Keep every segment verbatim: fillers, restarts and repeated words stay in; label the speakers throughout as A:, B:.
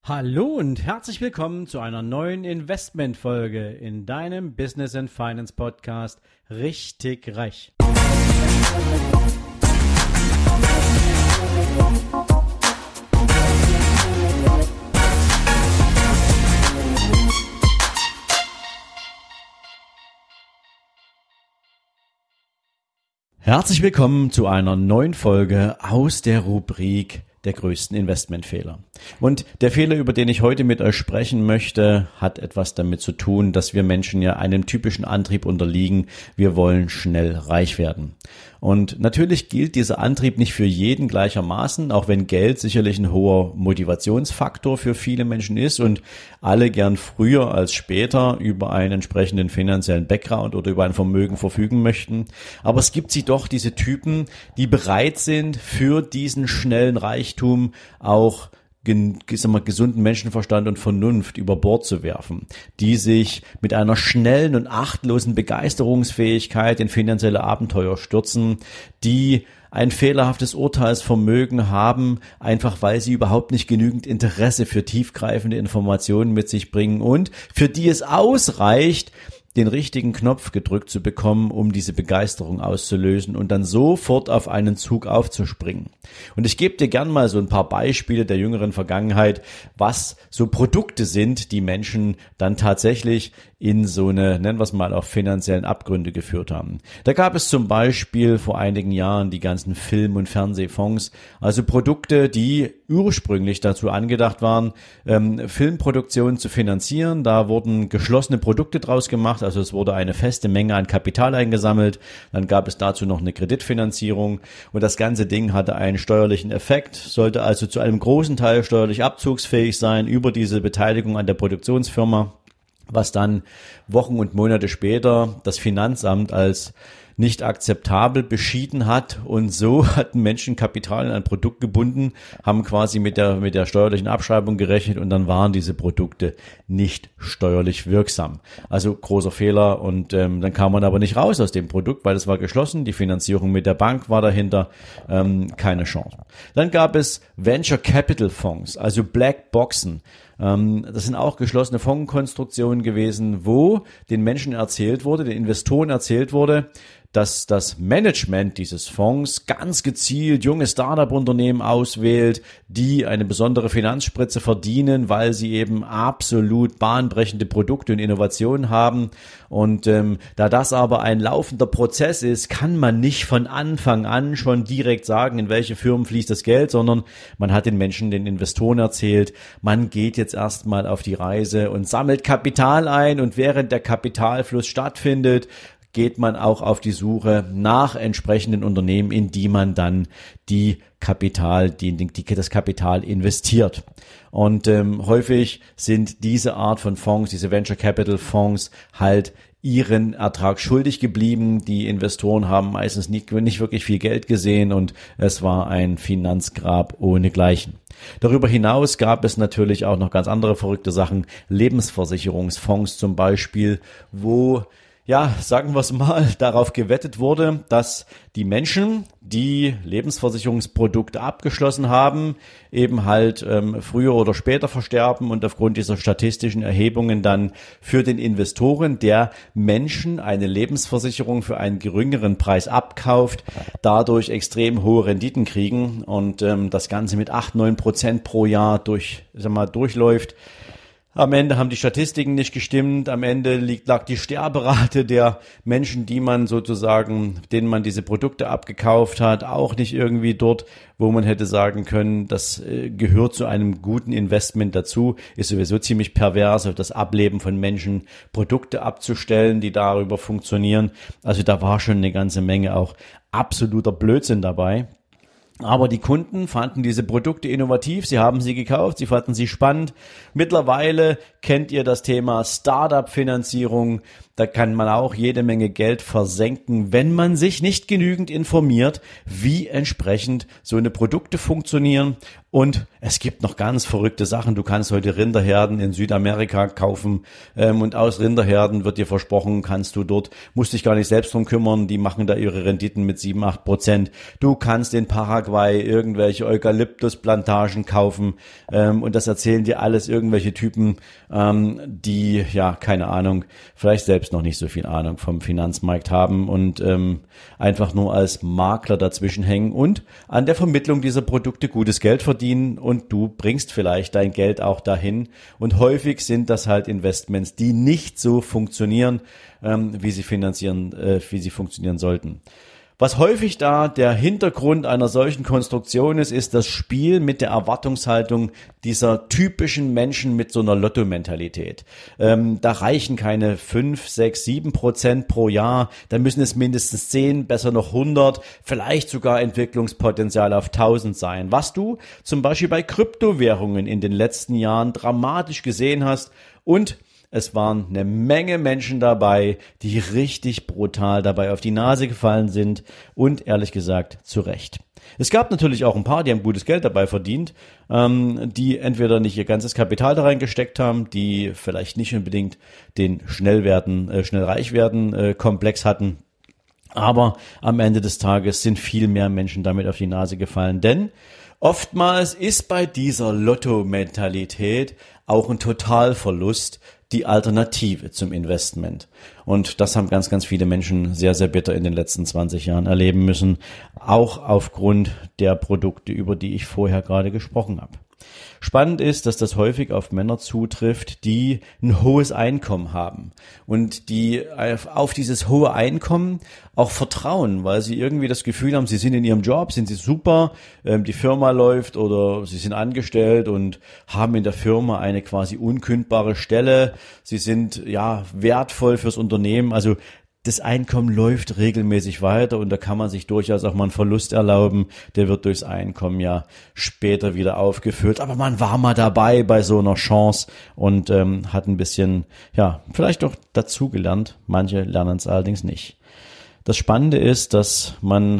A: Hallo und herzlich willkommen zu einer neuen Investmentfolge in deinem Business and Finance Podcast Richtig Reich. Herzlich willkommen zu einer neuen Folge aus der Rubrik der größten Investmentfehler. Und der Fehler, über den ich heute mit euch sprechen möchte, hat etwas damit zu tun, dass wir Menschen ja einem typischen Antrieb unterliegen. Wir wollen schnell reich werden. Und natürlich gilt dieser Antrieb nicht für jeden gleichermaßen, auch wenn Geld sicherlich ein hoher Motivationsfaktor für viele Menschen ist und alle gern früher als später über einen entsprechenden finanziellen Background oder über ein Vermögen verfügen möchten. Aber es gibt sie doch, diese Typen, die bereit sind, für diesen schnellen Reichtum auch gesunden Menschenverstand und Vernunft über Bord zu werfen, die sich mit einer schnellen und achtlosen Begeisterungsfähigkeit in finanzielle Abenteuer stürzen, die ein fehlerhaftes Urteilsvermögen haben, einfach weil sie überhaupt nicht genügend Interesse für tiefgreifende Informationen mit sich bringen und für die es ausreicht, den richtigen Knopf gedrückt zu bekommen, um diese Begeisterung auszulösen und dann sofort auf einen Zug aufzuspringen. Und ich gebe dir gern mal so ein paar Beispiele der jüngeren Vergangenheit, was so Produkte sind, die Menschen dann tatsächlich in so eine, nennen wir es mal, auch finanziellen Abgründe geführt haben. Da gab es zum Beispiel vor einigen Jahren die ganzen Film- und Fernsehfonds, also Produkte, die ursprünglich dazu angedacht waren, ähm, Filmproduktionen zu finanzieren. Da wurden geschlossene Produkte draus gemacht, also es wurde eine feste Menge an Kapital eingesammelt. Dann gab es dazu noch eine Kreditfinanzierung und das ganze Ding hatte einen steuerlichen Effekt, sollte also zu einem großen Teil steuerlich abzugsfähig sein über diese Beteiligung an der Produktionsfirma, was dann Wochen und Monate später das Finanzamt als nicht akzeptabel beschieden hat und so hatten Menschen Kapital in ein Produkt gebunden, haben quasi mit der mit der steuerlichen Abschreibung gerechnet und dann waren diese Produkte nicht steuerlich wirksam. Also großer Fehler und ähm, dann kam man aber nicht raus aus dem Produkt, weil es war geschlossen, die Finanzierung mit der Bank war dahinter, ähm, keine Chance. Dann gab es Venture Capital Fonds, also Black Boxen. Das sind auch geschlossene Fondskonstruktionen gewesen, wo den Menschen erzählt wurde, den Investoren erzählt wurde, dass das Management dieses Fonds ganz gezielt junge Start-up-Unternehmen auswählt, die eine besondere Finanzspritze verdienen, weil sie eben absolut bahnbrechende Produkte und Innovationen haben. Und ähm, da das aber ein laufender Prozess ist, kann man nicht von Anfang an schon direkt sagen, in welche Firmen fließt das Geld, sondern man hat den Menschen, den Investoren erzählt, man geht jetzt erstmal auf die Reise und sammelt Kapital ein und während der Kapitalfluss stattfindet, geht man auch auf die Suche nach entsprechenden Unternehmen, in die man dann die Kapital, die, die, das Kapital investiert. Und ähm, häufig sind diese Art von Fonds, diese Venture Capital Fonds halt ihren Ertrag schuldig geblieben. Die Investoren haben meistens nicht, nicht wirklich viel Geld gesehen und es war ein Finanzgrab ohnegleichen. Darüber hinaus gab es natürlich auch noch ganz andere verrückte Sachen, Lebensversicherungsfonds zum Beispiel, wo ja, sagen wir es mal, darauf gewettet wurde, dass die Menschen, die Lebensversicherungsprodukte abgeschlossen haben, eben halt ähm, früher oder später versterben und aufgrund dieser statistischen Erhebungen dann für den Investoren, der Menschen eine Lebensversicherung für einen geringeren Preis abkauft, dadurch extrem hohe Renditen kriegen und ähm, das Ganze mit acht, neun Prozent pro Jahr durch, sag mal, durchläuft. Am Ende haben die Statistiken nicht gestimmt. Am Ende liegt, lag die Sterberate der Menschen, die man sozusagen, denen man diese Produkte abgekauft hat, auch nicht irgendwie dort, wo man hätte sagen können, das äh, gehört zu einem guten Investment dazu. Ist sowieso ziemlich pervers, auf das Ableben von Menschen Produkte abzustellen, die darüber funktionieren. Also da war schon eine ganze Menge auch absoluter Blödsinn dabei. Aber die Kunden fanden diese Produkte innovativ, sie haben sie gekauft, sie fanden sie spannend. Mittlerweile kennt ihr das Thema Startup-Finanzierung. Da kann man auch jede Menge Geld versenken, wenn man sich nicht genügend informiert, wie entsprechend so eine Produkte funktionieren Und es gibt noch ganz verrückte Sachen. Du kannst heute Rinderherden in Südamerika kaufen ähm, und aus Rinderherden wird dir versprochen, kannst du dort, musst dich gar nicht selbst drum kümmern, die machen da ihre Renditen mit sieben, acht Prozent. Du kannst in Paraguay irgendwelche Eukalyptusplantagen kaufen ähm, und das erzählen dir alles irgendwelche Typen, ähm, die, ja, keine Ahnung, vielleicht selbst noch nicht so viel Ahnung vom Finanzmarkt haben und ähm, einfach nur als Makler dazwischen hängen und an der Vermittlung dieser Produkte gutes Geld verdienen und du bringst vielleicht dein Geld auch dahin und häufig sind das halt Investments, die nicht so funktionieren, ähm, wie sie finanzieren, äh, wie sie funktionieren sollten. Was häufig da der Hintergrund einer solchen Konstruktion ist, ist das Spiel mit der Erwartungshaltung dieser typischen Menschen mit so einer Lotto-Mentalität. Ähm, da reichen keine fünf, sechs, sieben Prozent pro Jahr, da müssen es mindestens zehn, besser noch hundert, vielleicht sogar Entwicklungspotenzial auf tausend sein. Was du zum Beispiel bei Kryptowährungen in den letzten Jahren dramatisch gesehen hast und es waren eine Menge Menschen dabei, die richtig brutal dabei auf die Nase gefallen sind und ehrlich gesagt zu Recht. Es gab natürlich auch ein paar, die haben gutes Geld dabei verdient, ähm, die entweder nicht ihr ganzes Kapital da reingesteckt haben, die vielleicht nicht unbedingt den Schnellwerden, äh, schnell reich werden äh, Komplex hatten. Aber am Ende des Tages sind viel mehr Menschen damit auf die Nase gefallen, denn oftmals ist bei dieser Lotto-Mentalität auch ein Totalverlust die Alternative zum Investment. Und das haben ganz, ganz viele Menschen sehr, sehr bitter in den letzten zwanzig Jahren erleben müssen, auch aufgrund der Produkte, über die ich vorher gerade gesprochen habe. Spannend ist, dass das häufig auf Männer zutrifft, die ein hohes Einkommen haben und die auf dieses hohe Einkommen auch vertrauen, weil sie irgendwie das Gefühl haben, sie sind in ihrem Job, sind sie super, die Firma läuft oder sie sind angestellt und haben in der Firma eine quasi unkündbare Stelle, sie sind ja wertvoll fürs Unternehmen, also das Einkommen läuft regelmäßig weiter und da kann man sich durchaus auch mal einen Verlust erlauben. Der wird durchs Einkommen ja später wieder aufgefüllt. Aber man war mal dabei bei so einer Chance und ähm, hat ein bisschen, ja, vielleicht doch dazugelernt. Manche lernen es allerdings nicht. Das Spannende ist, dass man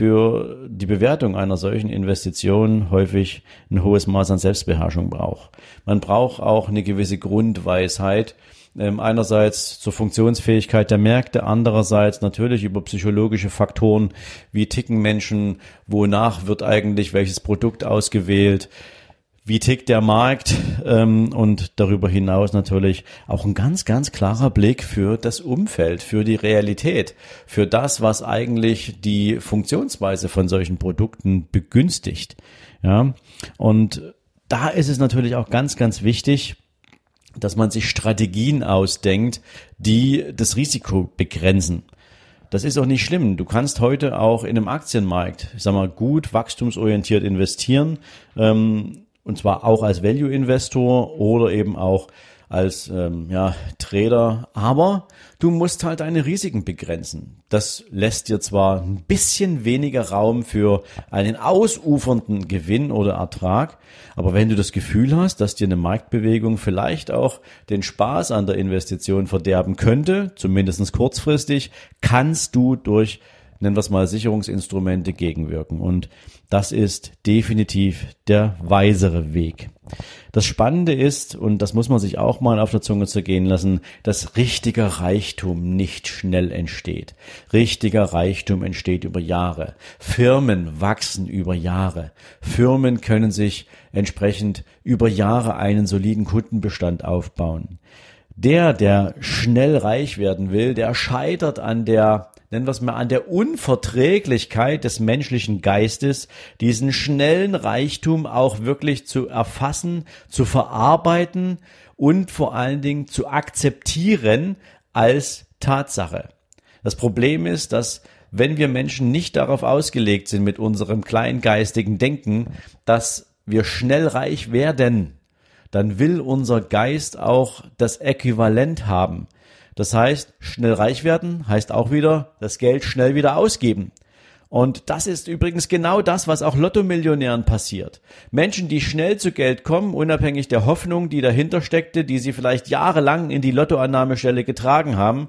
A: für die Bewertung einer solchen Investition häufig ein hohes Maß an Selbstbeherrschung braucht. Man braucht auch eine gewisse Grundweisheit, einerseits zur Funktionsfähigkeit der Märkte, andererseits natürlich über psychologische Faktoren, wie ticken Menschen, wonach wird eigentlich welches Produkt ausgewählt, wie tickt der Markt ähm, und darüber hinaus natürlich auch ein ganz, ganz klarer Blick für das Umfeld, für die Realität, für das, was eigentlich die Funktionsweise von solchen Produkten begünstigt. Ja, und da ist es natürlich auch ganz, ganz wichtig, dass man sich Strategien ausdenkt, die das Risiko begrenzen. Das ist auch nicht schlimm. Du kannst heute auch in einem Aktienmarkt, ich sag mal, gut wachstumsorientiert investieren, ähm, und zwar auch als Value-Investor oder eben auch als ähm, ja, Trader, aber du musst halt deine Risiken begrenzen. Das lässt dir zwar ein bisschen weniger Raum für einen ausufernden Gewinn oder Ertrag, aber wenn du das Gefühl hast, dass dir eine Marktbewegung vielleicht auch den Spaß an der Investition verderben könnte, zumindest kurzfristig, kannst du durch, nennen wir es mal, Sicherungsinstrumente gegenwirken. Und das ist definitiv der weisere Weg. Das Spannende ist, und das muss man sich auch mal auf der Zunge zergehen lassen, dass richtiger Reichtum nicht schnell entsteht. Richtiger Reichtum entsteht über Jahre. Firmen wachsen über Jahre. Firmen können sich entsprechend über Jahre einen soliden Kundenbestand aufbauen. Der, der schnell reich werden will, der scheitert an der, nennen wir es mal, an der Unverträglichkeit des menschlichen Geistes, diesen schnellen Reichtum auch wirklich zu erfassen, zu verarbeiten und vor allen Dingen zu akzeptieren als Tatsache. Das Problem ist, dass wenn wir Menschen nicht darauf ausgelegt sind mit unserem kleingeistigen Denken, dass wir schnell reich werden, dann will unser Geist auch das Äquivalent haben. Das heißt, schnell reich werden heißt auch wieder das Geld schnell wieder ausgeben. Und das ist übrigens genau das, was auch Lotto-Millionären passiert. Menschen, die schnell zu Geld kommen, unabhängig der Hoffnung, die dahinter steckte, die sie vielleicht jahrelang in die Lottoannahmestelle getragen haben,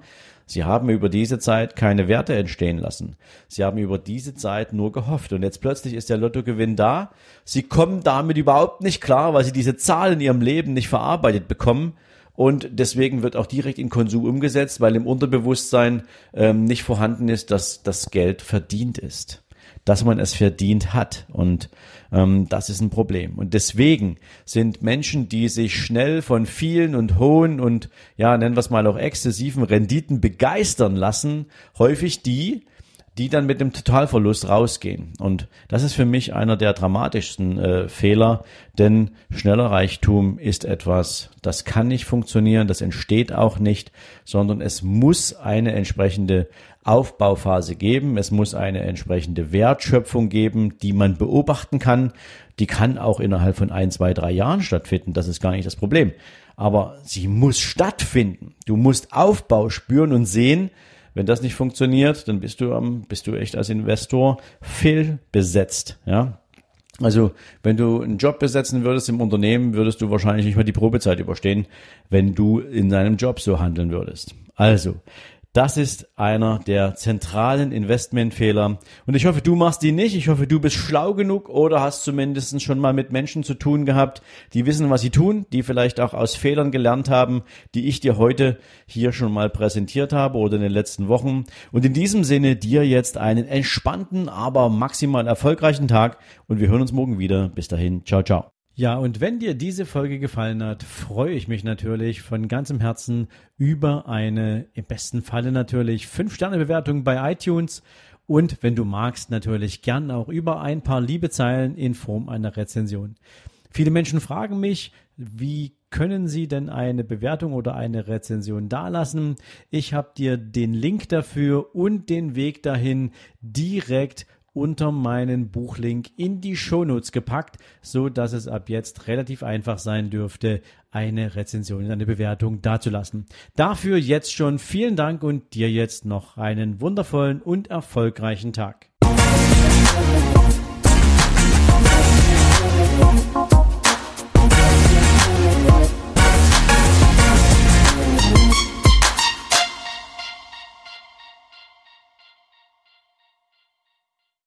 A: Sie haben über diese Zeit keine Werte entstehen lassen. Sie haben über diese Zeit nur gehofft. Und jetzt plötzlich ist der Lottogewinn da. Sie kommen damit überhaupt nicht klar, weil Sie diese Zahl in Ihrem Leben nicht verarbeitet bekommen. Und deswegen wird auch direkt in Konsum umgesetzt, weil im Unterbewusstsein ähm, nicht vorhanden ist, dass das Geld verdient ist. Dass man es verdient hat. Und ähm, das ist ein Problem. Und deswegen sind Menschen, die sich schnell von vielen und hohen und, ja, nennen wir es mal auch exzessiven Renditen begeistern lassen, häufig die, die dann mit einem Totalverlust rausgehen. Und das ist für mich einer der dramatischsten äh, Fehler, denn schneller Reichtum ist etwas, das kann nicht funktionieren, das entsteht auch nicht, sondern es muss eine entsprechende Aufbauphase geben, es muss eine entsprechende Wertschöpfung geben, die man beobachten kann. Die kann auch innerhalb von ein, zwei, drei Jahren stattfinden, das ist gar nicht das Problem. Aber sie muss stattfinden. Du musst Aufbau spüren und sehen. Wenn das nicht funktioniert, dann bist du am, bist du echt als Investor fehlbesetzt, ja. Also, wenn du einen Job besetzen würdest im Unternehmen, würdest du wahrscheinlich nicht mal die Probezeit überstehen, wenn du in deinem Job so handeln würdest. Also, das ist einer der zentralen Investmentfehler. Und ich hoffe, du machst die nicht. Ich hoffe, du bist schlau genug oder hast zumindest schon mal mit Menschen zu tun gehabt, die wissen, was sie tun, die vielleicht auch aus Fehlern gelernt haben, die ich dir heute hier schon mal präsentiert habe oder in den letzten Wochen. Und in diesem Sinne dir jetzt einen entspannten, aber maximal erfolgreichen Tag und wir hören uns morgen wieder. Bis dahin. Ciao, ciao. Ja, und wenn dir diese Folge gefallen hat, freue ich mich natürlich von ganzem Herzen über eine, im besten Falle natürlich, fünf Sterne Bewertung bei iTunes und wenn du magst, natürlich gern auch über ein paar liebe Zeilen in Form einer Rezension. Viele Menschen fragen mich, wie können sie denn eine Bewertung oder eine Rezension dalassen? Ich habe dir den Link dafür und den Weg dahin direkt unter meinen Buchlink in die Shownotes gepackt, so dass es ab jetzt relativ einfach sein dürfte, eine Rezension, eine Bewertung dazulassen. Dafür jetzt schon vielen Dank und dir jetzt noch einen wundervollen und erfolgreichen Tag.